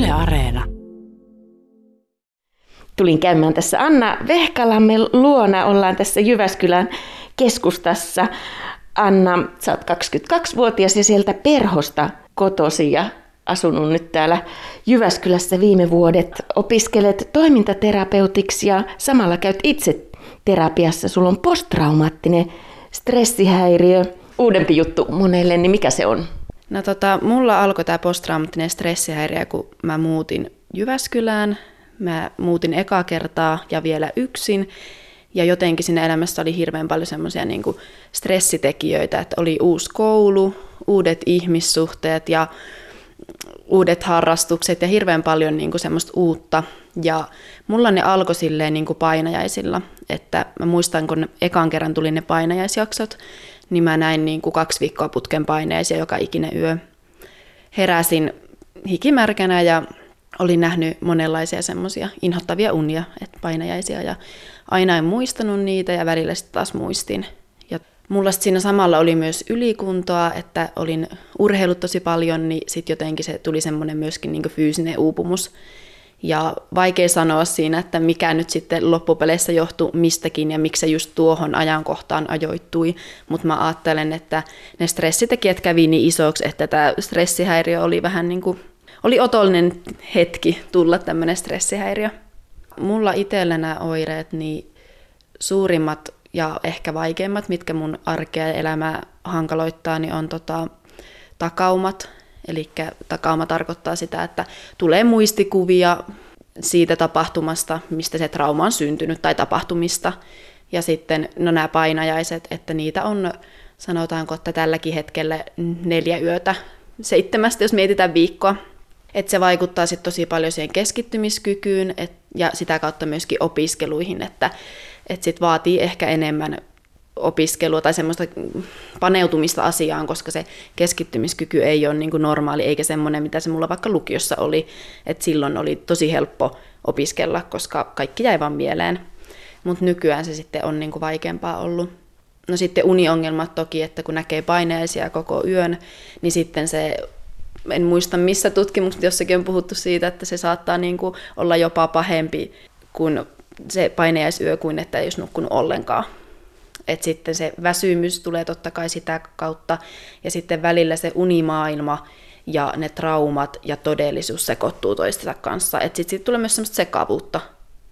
Yle Areena. Tulin käymään tässä Anna Vehkalamme luona. Ollaan tässä Jyväskylän keskustassa. Anna, sä oot 22-vuotias ja sieltä Perhosta kotosi ja asunut nyt täällä Jyväskylässä viime vuodet. Opiskelet toimintaterapeutiksi ja samalla käyt itse terapiassa. Sulla on posttraumaattinen stressihäiriö. Uudempi juttu monelle, niin mikä se on? No mulla alkoi tämä posttraumaattinen stressihäiriö, kun mä muutin Jyväskylään. Mä muutin ekaa kertaa ja vielä yksin. Ja jotenkin siinä elämässä oli hirveän paljon semmoisia niin kuin stressitekijöitä, että oli uusi koulu, uudet ihmissuhteet ja uudet harrastukset ja hirveän paljon niin kuin semmoista uutta. Ja mulla ne alkoi silleen niin kuin painajaisilla, että mä muistan, kun ekan kerran tuli ne painajaisjaksot, niin mä näin niin kuin 2 viikkoa putken paineisia joka ikinen yö. Heräsin hikimärkänä ja olin nähnyt monenlaisia semmoisia inhottavia unia, että painajaisia, ja aina en muistanut niitä ja välillä sitten taas muistin. Ja mulla siinä samalla oli myös ylikuntoa, että olin urheillut tosi paljon, niin sitten jotenkin se tuli semmoinen myöskin niin kuin fyysinen uupumus. Ja vaikea sanoa siinä, että mikä nyt sitten loppupeleissä johtui mistäkin ja miksi se just tuohon ajankohtaan ajoittui. Mutta mä ajattelen, että ne stressitekijät kävi niin isoksi, että tämä stressihäiriö oli vähän niin kuin oli otollinen hetki tulla tämmöinen stressihäiriö. Mulla itsellä nämä oireet, niin suurimmat ja ehkä vaikeimmat, mitkä mun arkea ja elämää hankaloittaa, niin on takaumat. Eli takauma tarkoittaa sitä, että tulee muistikuvia siitä tapahtumasta, mistä se trauma on syntynyt tai tapahtumista. Ja sitten nämä painajaiset, että niitä on, sanotaanko, että tälläkin hetkellä 4 yötä 7, jos mietitään viikkoa. Että se vaikuttaa sitten tosi paljon siihen keskittymiskykyyn ja sitä kautta myöskin opiskeluihin, että sit vaatii ehkä enemmän opiskelua tai semmoista paneutumista asiaan, koska se keskittymiskyky ei ole niin kuin normaali eikä semmoinen, mitä se mulla vaikka lukiossa oli, että silloin oli tosi helppo opiskella, koska kaikki jäi vaan mieleen, mutta nykyään se sitten on niin kuin vaikeampaa ollut. No sitten uniongelmat toki, että kun näkee paineisia koko yön, niin sitten se, en muista missä tutkimuksessa jossakin on puhuttu siitä, että se saattaa niin kuin olla jopa pahempi kuin se painejaisyö kuin että ei olisi nukkunut ollenkaan. Et sitten se väsymys tulee totta kai sitä kautta ja sitten välillä se unimaailma ja ne traumat ja todellisuus sekoittuu toistensa kanssa. Et sitten tulee myös semmoista sekavuutta.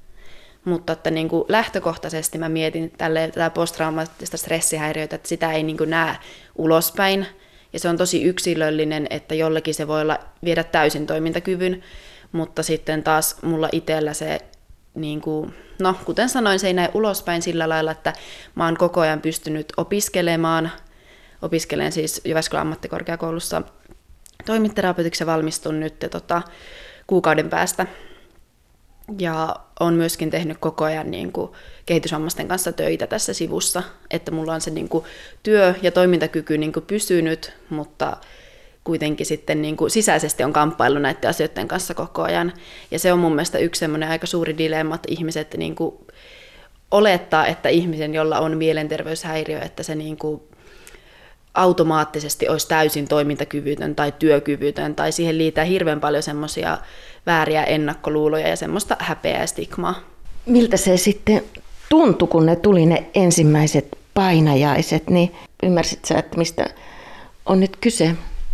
Mutta että niin kuin lähtökohtaisesti mä mietin tätä posttraumaattista stressihäiriötä, että sitä ei niin kuin näe ulospäin. Ja se on tosi yksilöllinen, että jollekin se voi viedä täysin toimintakyvyn, mutta sitten taas mulla itsellä se, niin kuin, no kuten sanoin, se ei näe ulospäin sillä lailla, että mä oon koko ajan pystynyt opiskelemaan. Opiskelen siis Jyväskylän ammattikorkeakoulussa toimintaterapeutiksi ja valmistun nyt kuukauden päästä. Ja olen myöskin tehnyt koko ajan niin kuin kehitysvammaisten kanssa töitä tässä sivussa, että mulla on se niin kuin työ- ja toimintakyky niin kuin pysynyt, mutta kuitenkin sitten niin kuin sisäisesti on kamppailu näiden asioiden kanssa koko ajan. Ja se on mun mielestä yksi semmoinen aika suuri dilemma, että ihmiset niin kuin olettaa, että ihmisen, jolla on mielenterveyshäiriö, että se niin kuin automaattisesti olisi täysin toimintakyvytön tai työkyvytön, tai siihen liitää hirveän paljon semmoisia vääriä ennakkoluuloja ja semmoista häpeää ja stigmaa. Miltä se sitten tuntui, kun ne tuli ne ensimmäiset painajaiset, niin ymmärsit sä, että mistä on nyt kyse?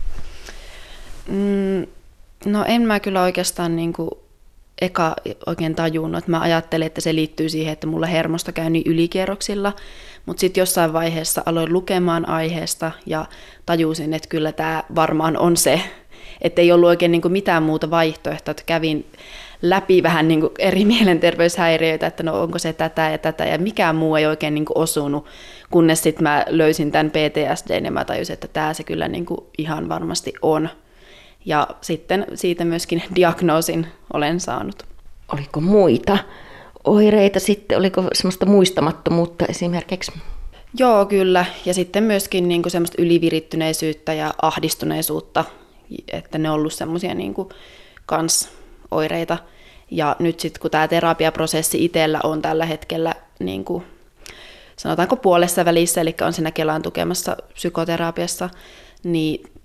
No en mä kyllä oikeastaan niin kuin eka oikein tajunnut, että mä ajattelin, että se liittyy siihen, että mulla hermosta käy niin ylikierroksilla, mutta sitten jossain vaiheessa aloin lukemaan aiheesta ja tajusin, että kyllä tämä varmaan on se, että ei ollut oikein niin kuin mitään muuta vaihtoehtoa, että kävin läpi vähän niin kuin eri mielenterveyshäiriöitä, että no onko se tätä ja mikään muu ei oikein niin kuin osunut, kunnes sitten mä löysin tämän PTSDn ja mä tajusin, että tämä se kyllä niin kuin ihan varmasti on. Ja sitten siitä myöskin diagnoosin olen saanut. Oliko muita oireita sitten? Oliko semmoista muistamattomuutta esimerkiksi? Joo, kyllä. Ja sitten myöskin niin kuin semmoista ylivirittyneisyyttä ja ahdistuneisuutta, että ne on ollut semmoisia niin kuin kans oireita. Ja nyt sitten kun tämä terapiaprosessi itsellä on tällä hetkellä niin kuin, sanotaanko puolessa välissä, eli on siinä Kelan tukemassa psykoterapiassa, niin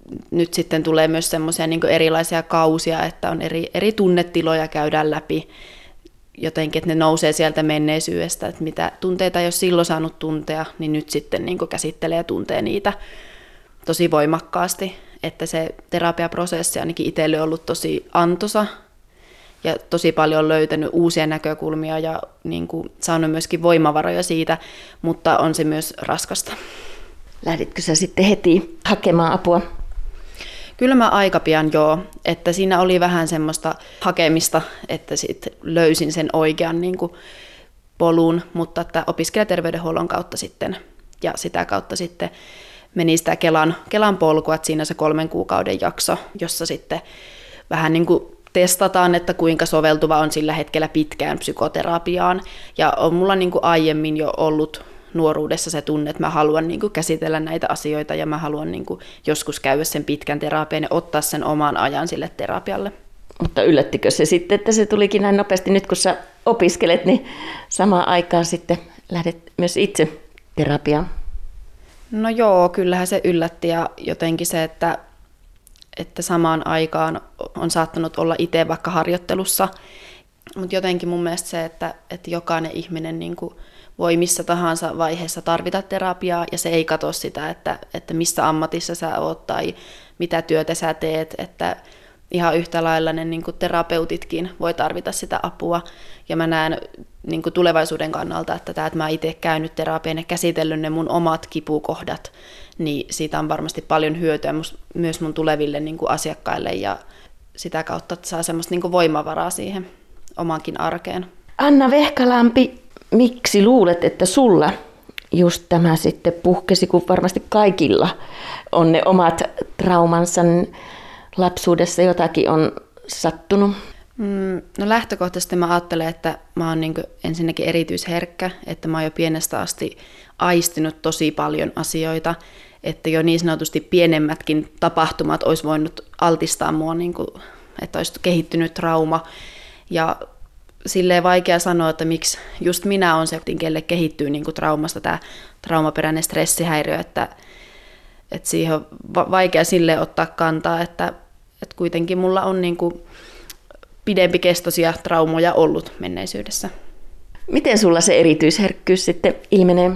nyt sitten tulee myös semmoisia niin kuin erilaisia kausia, että on eri tunnetiloja käydään läpi jotenkin, että ne nousee sieltä menneisyydestä, että mitä tunteita ei ole silloin saanut tuntea, niin nyt sitten niin kuin käsittelee ja tuntee niitä tosi voimakkaasti, että se terapiaprosessi ainakin itselle on ollut tosi antoisa ja tosi paljon on löytänyt uusia näkökulmia ja niin kuin saanut myöskin voimavaroja siitä, mutta on se myös raskasta. Lähditkö sä sitten heti hakemaan apua? Kyllä mä aika pian joo, että siinä oli vähän semmoista hakemista, että sitten löysin sen oikean niin kuin polun, mutta että opiskelijaterveydenhuollon kautta sitten ja sitä kautta sitten meni sitä Kelan polkua, että siinä se 3 kuukauden jakso, jossa sitten vähän niin kuin testataan, että kuinka soveltuva on sillä hetkellä pitkään psykoterapiaan. Ja on mulla niin kuin aiemmin jo ollut nuoruudessa se tunne, että mä haluan niin kuin käsitellä näitä asioita ja mä haluan niin kuin joskus käydä sen pitkän terapian ja ottaa sen oman ajan sille terapialle. Mutta yllättikö se sitten, että se tulikin näin nopeasti nyt kun sä opiskelet, niin samaan aikaan sitten lähdet myös itse terapiaan? No joo, kyllähän se yllätti ja jotenkin se, että samaan aikaan on saattanut olla itse vaikka harjoittelussa, mutta jotenkin mun mielestä se, että jokainen ihminen niin kuin voi missä tahansa vaiheessa tarvita terapiaa ja se ei katso sitä, että missä ammatissa sä oot tai mitä työtä sä teet, että ihan yhtä lailla ne niin kuin terapeutitkin voi tarvita sitä apua ja mä näen niin kuin tulevaisuuden kannalta, että mä itse käynyt terapian ja käsitellyt ne mun omat kipukohdat, niin siitä on varmasti paljon hyötyä myös mun tuleville niin kuin asiakkaille ja sitä kautta että saa semmoista niin kuin voimavaraa siihen omankin arkeen. Anna Vehkalampi, miksi luulet, että sulla just tämä sitten puhkesi, kun varmasti kaikilla on ne omat traumansa, lapsuudessa jotakin on sattunut? No lähtökohtaisesti mä ajattelen, että mä oon niin kuin ensinnäkin erityisherkkä, että mä oon jo pienestä asti aistinut tosi paljon asioita, että jo niin sanotusti pienemmätkin tapahtumat olisi voinut altistaa mua, niin kuin, että olisi kehittynyt trauma. Ja silleen vaikea sanoa, että miksi just minä olen se, kelle kehittyy niin kuin traumasta tämä traumaperäinen stressihäiriö, että siihen on vaikea silleen ottaa kantaa, että kuitenkin mulla on niin kuin pidempikestoisia traumoja ollut menneisyydessä. Miten sulla se erityisherkkyys sitten ilmenee?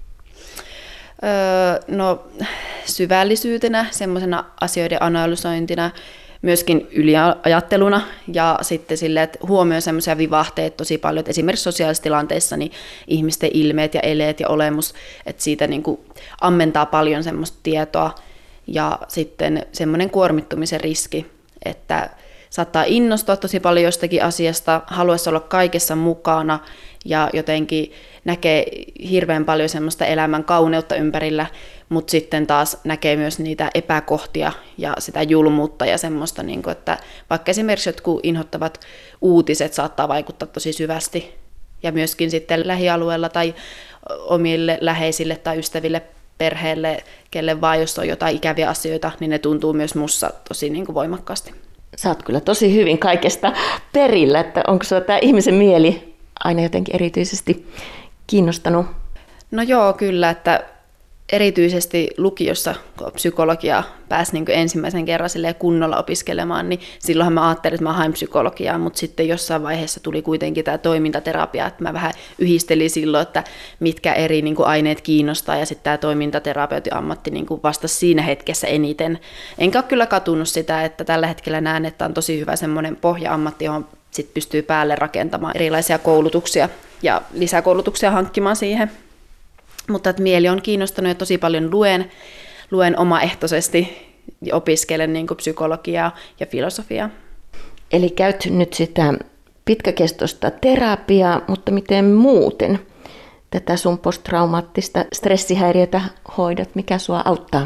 No syvällisyytenä, semmoisena asioiden analysointina, myöskin yliajatteluna ja sitten silleen, että huomioon semmoisia vivahteita tosi paljon, että esimerkiksi sosiaalisissa tilanteissa niin ihmisten ilmeet ja eleet ja olemus, että siitä niin kuin ammentaa paljon semmoista tietoa ja sitten semmoinen kuormittumisen riski, että saattaa innostua tosi paljon jostakin asiasta, haluaisi olla kaikessa mukana ja jotenkin näkee hirveän paljon semmoista elämän kauneutta ympärillä, mutta sitten taas näkee myös niitä epäkohtia ja sitä julmuutta ja semmoista, että vaikka esimerkiksi jotkut inhottavat uutiset saattaa vaikuttaa tosi syvästi ja myöskin sitten lähialueella tai omille läheisille tai ystäville, perheelle, kelle vaan jos on jotain ikäviä asioita, niin ne tuntuu myös mussa tosi voimakkaasti. Sä oot kyllä tosi hyvin kaikesta perillä, että onko sua tämä ihmisen mieli aina jotenkin erityisesti kiinnostanut? No joo, kyllä, että erityisesti lukiossa, kun psykologiaa pääsi ensimmäisen kerran kunnolla opiskelemaan, niin silloinhan mä ajattelin, että mä hain psykologiaa, mutta sitten jossain vaiheessa tuli kuitenkin tämä toimintaterapia, että mä vähän yhdistelin silloin, että mitkä eri aineet kiinnostaa, ja sitten tämä toimintaterapeutin ammatti vastasi siinä hetkessä eniten. Enkä ole kyllä katunut sitä, että tällä hetkellä näen, että on tosi hyvä semmoinen pohja-ammatti, johon sitten pystyy päälle rakentamaan erilaisia koulutuksia ja lisäkoulutuksia hankkimaan siihen. Mutta että mieli on kiinnostunut ja tosi paljon luen omaehtoisesti ja opiskelen psykologiaa ja filosofiaa. Eli käyt nyt sitä pitkäkestoista terapiaa, mutta miten muuten tätä sun posttraumaattista stressihäiriötä hoidat? Mikä sua auttaa?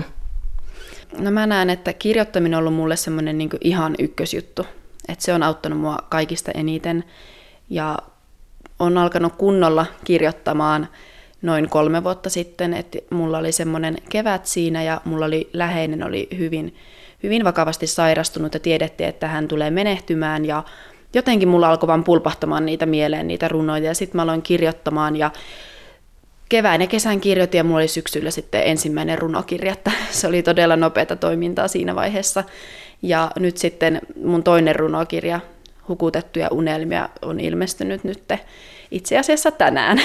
No mä näen, että kirjoittaminen on ollut mulle semmoinen ihan ykkösjuttu. Että se on auttanut mua kaikista eniten ja on alkanut kunnolla kirjoittamaan noin 3 vuotta sitten, että mulla oli semmoinen kevät siinä ja mulla oli läheinen, oli hyvin vakavasti sairastunut ja tiedettiin, että hän tulee menehtymään ja jotenkin mulla alkoi vaan pulpahtamaan niitä mieleen, niitä runoja ja sitten mä aloin kirjoittamaan ja kevään ja kesän kirjoitin ja mulla oli syksyllä sitten ensimmäinen runokirja, että se oli todella nopeata toimintaa siinä vaiheessa. Ja nyt sitten mun toinen runokirja, Hukutettuja unelmia, on ilmestynyt nyt itse asiassa tänään.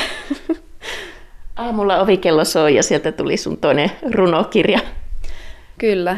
Aamulla ovikello soi ja sieltä tuli sun toinen runokirja. Kyllä.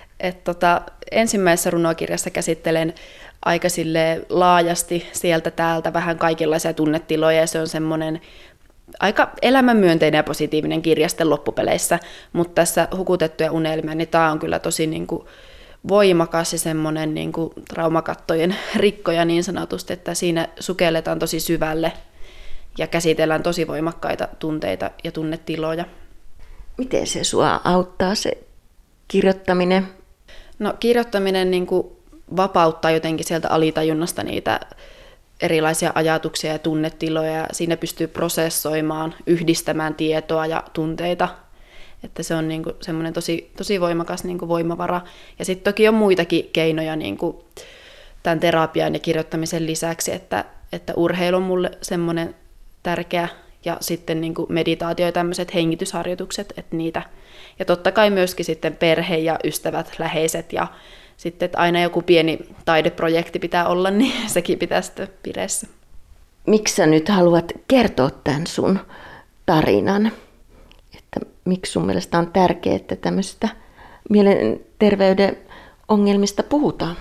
Ensimmäisessä runokirjassa käsittelen aika laajasti sieltä täältä vähän kaikenlaisia tunnetiloja ja se on semmoinen aika elämänmyönteinen ja positiivinen kirja sitten loppupeleissä, mutta tässä Hukutettuja unelmia, niin tämä on kyllä tosi niin kuin voimakas ja semmoinen niin kuin traumakattojen rikkoja niin sanotusti, että siinä sukelletaan tosi syvälle ja käsitellään tosi voimakkaita tunteita ja tunnetiloja. Miten se sua auttaa se kirjoittaminen? No kirjoittaminen niin kuin vapauttaa jotenkin sieltä alitajunnasta niitä erilaisia ajatuksia ja tunnetiloja ja siinä pystyy prosessoimaan, yhdistämään tietoa ja tunteita. Että se on niin kuin semmoinen tosi voimakas niin kuin voimavara. Ja sitten toki on muitakin keinoja niin kuin tämän terapian ja kirjoittamisen lisäksi, että urheilu on mulle semmoinen tärkeä ja sitten niin kuin meditaatio ja tämmöiset hengitysharjoitukset, että niitä. Ja totta kai myöskin sitten perhe ja ystävät, läheiset ja sitten, että aina joku pieni taideprojekti pitää olla, niin sekin pitää sitten pireessä. Miksi sä nyt haluat kertoa tämän sun tarinan? Että miksi sun mielestä on tärkeää, että tämmöistä mielenterveyden ongelmista puhutaan?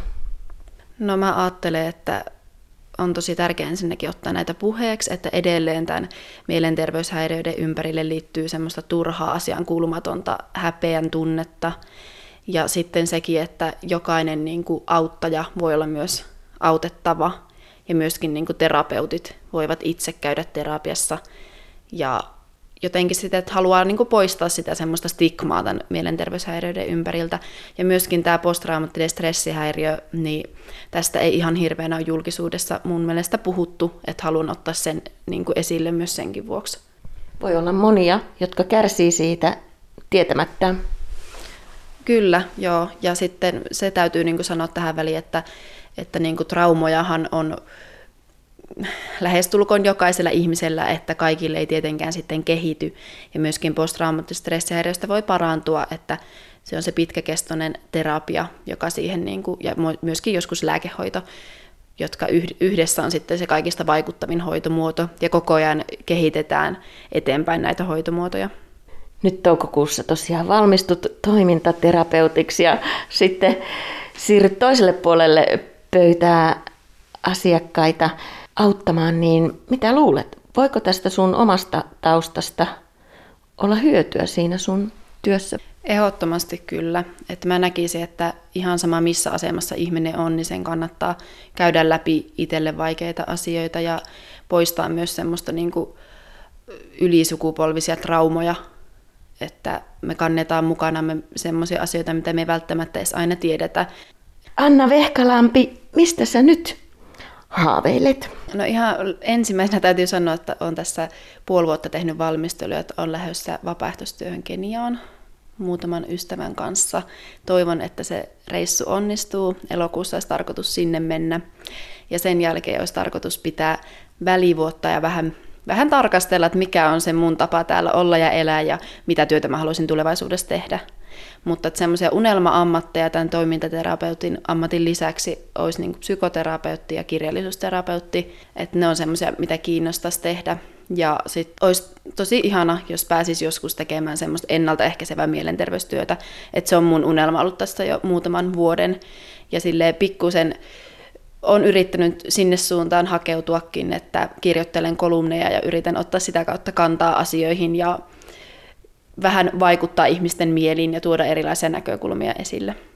No mä ajattelen, että on tosi tärkeää ensinnäkin ottaa näitä puheeksi, että edelleen tämän mielenterveyshäiriöiden ympärille liittyy semmoista turhaa asiaan kuulumatonta häpeän tunnetta. Ja sitten sekin, että jokainen niin kuin auttaja voi olla myös autettava ja myöskin niin kuin terapeutit voivat itse käydä terapiassa. Ja jotenkin sitä, että haluaa niin kuin poistaa sitä semmoista stigmaa tämän mielenterveyshäiriöiden ympäriltä. Ja myöskin tämä posttraumaattinen stressihäiriö, niin tästä ei ihan hirveänä ole julkisuudessa mun mielestä puhuttu, että haluan ottaa sen niin kuin esille myös senkin vuoksi. Voi olla monia, jotka kärsii siitä tietämättä. Kyllä, joo. Ja sitten se täytyy niin kuin sanoa tähän väliin, että niin kuin traumojahan on lähestulkoon jokaisella ihmisellä, että kaikille ei tietenkään sitten kehity. Ja myöskin posttraumaattisesta stressihäiriöstä voi parantua, että se on se pitkäkestoinen terapia, joka siihen, niin kuin, ja myöskin joskus lääkehoito, jotka yhdessä on sitten se kaikista vaikuttavin hoitomuoto, ja koko ajan kehitetään eteenpäin näitä hoitomuotoja. Nyt toukokuussa tosiaan valmistut toimintaterapeutiksi ja sitten siirryt toiselle puolelle pöytää asiakkaita auttamaan, niin mitä luulet? Voiko tästä sun omasta taustasta olla hyötyä siinä sun työssä? Ehdottomasti kyllä. Että mä näkisin, että ihan sama missä asemassa ihminen on, niin sen kannattaa käydä läpi itselle vaikeita asioita ja poistaa myös semmoista niin kuin ylisukupolvisia traumoja, että me kannetaan mukanamme semmoisia asioita, mitä me ei välttämättä edes aina tiedetä. Anna Vehkalampi, mistä sä nyt haaveilet? No ihan ensimmäisenä täytyy sanoa, että olen tässä puoli vuotta tehnyt valmistelua, että olen lähdössä vapaaehtoistyöhön Keniaan muutaman ystävän kanssa. Toivon, että se reissu onnistuu. Elokuussa olisi tarkoitus sinne mennä. Ja sen jälkeen olisi tarkoitus pitää välivuotta ja vähän tarkastella, että mikä on se mun tapa täällä olla ja elää ja mitä työtä mä haluaisin tulevaisuudessa tehdä. Mutta semmoisia unelma-ammatteja tämän toimintaterapeutin ammatin lisäksi olisi niin kuin psykoterapeutti ja kirjallisuusterapeutti, että ne on semmoisia, mitä kiinnostaisi tehdä. Ja sitten olisi tosi ihana, jos pääsisi joskus tekemään semmoista ennaltaehkäisevää mielenterveystyötä, että se on mun unelma ollut tästä jo muutaman vuoden. Ja silleen pikkusen olen yrittänyt sinne suuntaan hakeutuakin, että kirjoittelen kolumneja ja yritän ottaa sitä kautta kantaa asioihin ja vähän vaikuttaa ihmisten mieliin ja tuoda erilaisia näkökulmia esille.